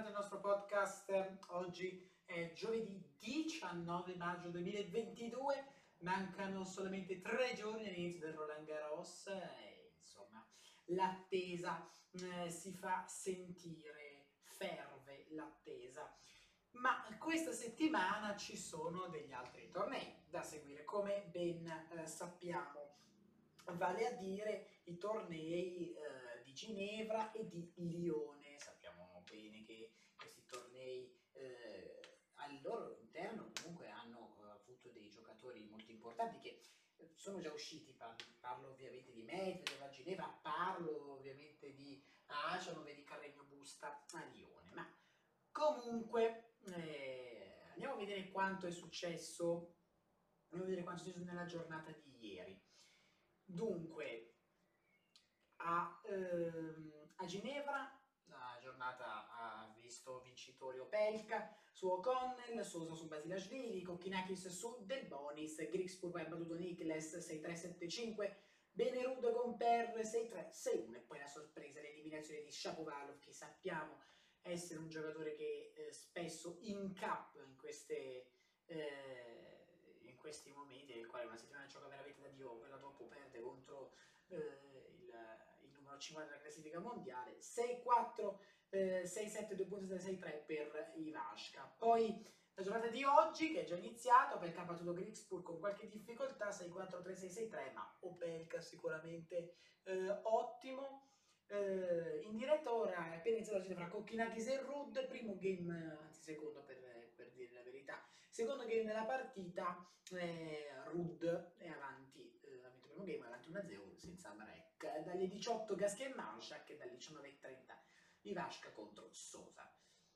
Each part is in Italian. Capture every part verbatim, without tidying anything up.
bentornati al nostro podcast. Oggi è giovedì diciannove maggio duemilaventidue, mancano solamente tre giorni all'inizio del Roland Garros e insomma l'attesa eh, si fa sentire, ferve l'attesa. Ma questa settimana ci sono degli altri tornei da seguire, come ben eh, sappiamo, vale a dire i tornei eh, di Ginevra e di Lione. Sappiamo bene che questi tornei eh, al loro interno comunque hanno eh, avuto dei giocatori molto importanti che eh, sono già usciti. Parlo, parlo ovviamente di Medvedev a Ginevra, parlo ovviamente di Ajanov e di Carreño Busta a Lione, ma comunque eh, andiamo a vedere quanto è successo, andiamo a vedere quanto è successo nella giornata di ieri. Dunque, a, ehm, a Ginevra la giornata ha visto vincitori Opelka su O'Connell, Sousa su Basilashvili, Kokkinakis su Delbonis, Grigspur poi ha battuto Nikles sei tre sette cinque, Benerud con Per sei tre sei uno e poi la sorpresa, l'eliminazione di Shapovalov, che sappiamo essere un giocatore che eh, spesso incappa in queste... Eh, in questi momenti nel quale una settimana gioca veramente da Dio, quella dopo perde contro eh, il, il numero cinquanta della classifica mondiale, sei quattro, eh, sei sette, due punti sei tre per Ivashka. Poi la giornata di oggi, che è già iniziata, Opelka ha battuto Grigspur con qualche difficoltà, sei quattro, tre sei, sei tre, ma Opelka sicuramente eh, ottimo. Uh, in diretta ora è appena iniziata la sfida fra Kokkinakis e Rudd, primo game, anzi secondo per, per dire la verità, secondo game della partita, eh, Rudd è avanti, eh, ha vinto il primo game, è avanti uno a zero senza break, dalle diciotto Gasquet e Marshak e dalle diciannove e trenta Ivashka contro Sousa.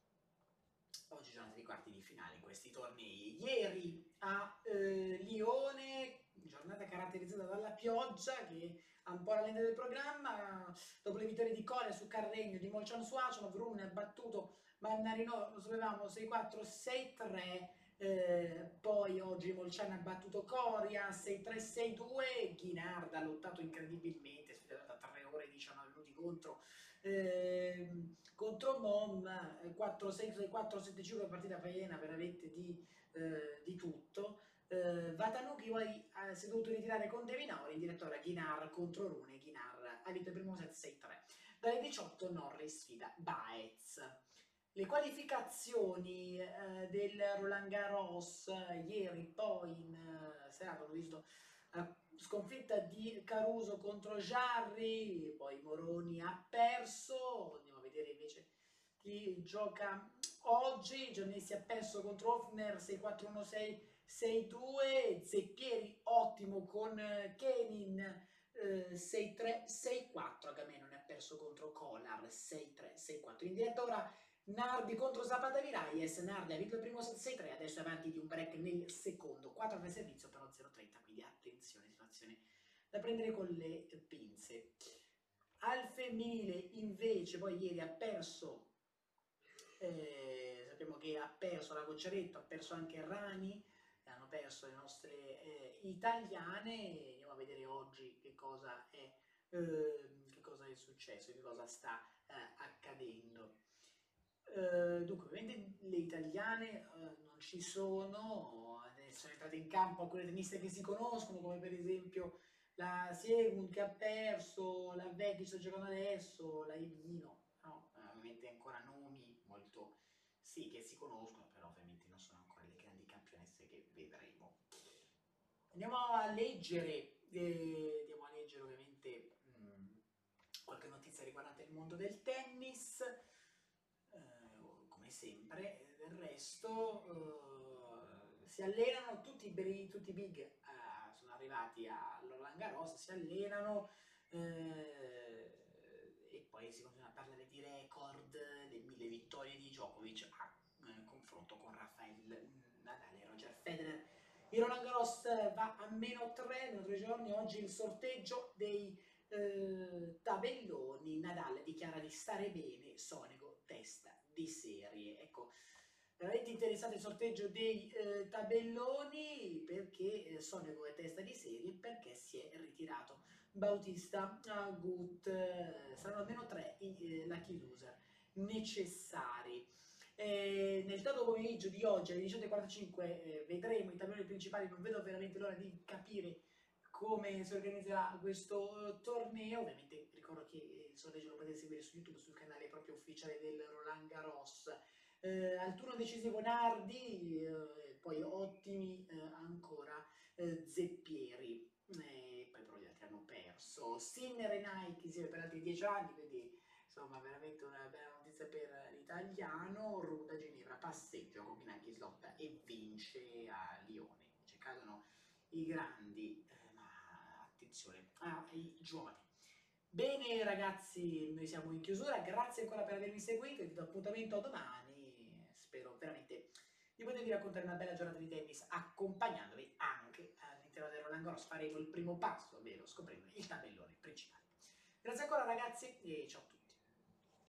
Oggi giornata di quarti di finale in questi tornei. Ieri a eh, Lione, giornata caratterizzata dalla pioggia che ha un po' rallentato il programma. Dopo le vittorie di Coria su Carreño, di Molciano su Acionov, Rune ha battuto Mannarino, lo sapevamo, sei quattro sei tre. Eh, poi oggi Molciano ha battuto Coria sei tre sei due, Ghinarda ha lottato incredibilmente, sfidata tre ore e diciannove minuti contro eh, contro Mom, quattro sei sei quattro sette cinque, partita piena veramente di, eh, di tutto. Uh, Vatanuki poi uh, si è dovuto ritirare con De Minaur, in diretta ora Ghinar contro Rune. Ghinar ha vinto il primo set sei tre. Dalle diciotto Norris sfida Baez. Le qualificazioni uh, del Roland Garros uh, ieri poi in uh, serata hanno visto uh, sconfitta di Caruso contro Jarry, poi Moroni ha perso. Andiamo a vedere invece chi gioca oggi. Giannessi ha perso contro Hofner sei quattro uno sei sei due, Zecchieri ottimo con Kenin eh, sei tre sei quattro, Agamennone ha perso contro Kolar sei tre sei quattro. In diretta ora Nardi contro Zapata Miralles, Nardi ha vinto il primo set sei tre, adesso è avanti di un break nel secondo, quattro tre servizio però zero trenta, quindi attenzione, situazione da prendere con le pinze. Al femminile invece poi ieri ha perso, eh, sappiamo che ha perso la Gocciaretto, ha perso anche Rani, hanno perso le nostre eh, italiane. Andiamo a vedere oggi che cosa è, eh, che cosa è successo, che cosa sta eh, accadendo. Uh, dunque, ovviamente le italiane uh, non ci sono, sono entrate in campo alcune tenniste che si conoscono, come per esempio la Siegun che ha perso, la Vecchi sta giocando adesso, la Ivino, no? Uh, ovviamente ancora nomi molto, sì, che si conoscono, però ovviamente non sono ancora le grandi campionesse che vedremo. Andiamo a leggere, eh, andiamo a leggere ovviamente mh, qualche notizia riguardante il mondo del tennis. Uh, come sempre, del resto uh, si allenano tutti i, tutti i big, uh, sono arrivati a Roland Garros, si allenano uh, e poi si continua a parlare di record, le mille vittorie di Djokovic a uh, confronto con Rafael Nadal e Roger Federer. Il Roland Garros va a meno tre, meno tre giorni, oggi il sorteggio dei eh, tabelloni. Nadal dichiara di stare bene, Sonego testa di serie. Ecco, veramente interessante il sorteggio dei eh, tabelloni, perché eh, Sonego è testa di serie, perché si è ritirato Bautista Agut. Eh, saranno almeno tre i eh, lucky loser necessari. Eh, nel tardo pomeriggio di oggi alle diciotto e quarantacinque eh, vedremo i tabelloni principali, non vedo veramente l'ora di capire come si organizzerà questo eh, torneo. Ovviamente ricordo che eh, il sorteggio lo potete seguire su YouTube, sul canale proprio ufficiale del Roland Garros. Eh, al turno decisivo Nardi, eh, poi ottimi eh, ancora eh, Zeppieri, e poi però gli altri hanno perso. Sinner e Nike insieme per altri dieci anni, quindi insomma veramente una bella notizia per l'italiano. Ruda Ginevra passeggia con Pinacchi Slotta e vince a Lione. Invece cadono i grandi, eh, ma attenzione ai giovani. Bene ragazzi, noi siamo in chiusura, grazie ancora per avermi seguito e vi do appuntamento a domani. Spero veramente di potervi raccontare una bella giornata di tennis accompagnandovi anche all'interno del Roland Garros. Faremo il primo passo, ovvero scoprire il tabellone principale. Grazie ancora ragazzi e ciao a tutti.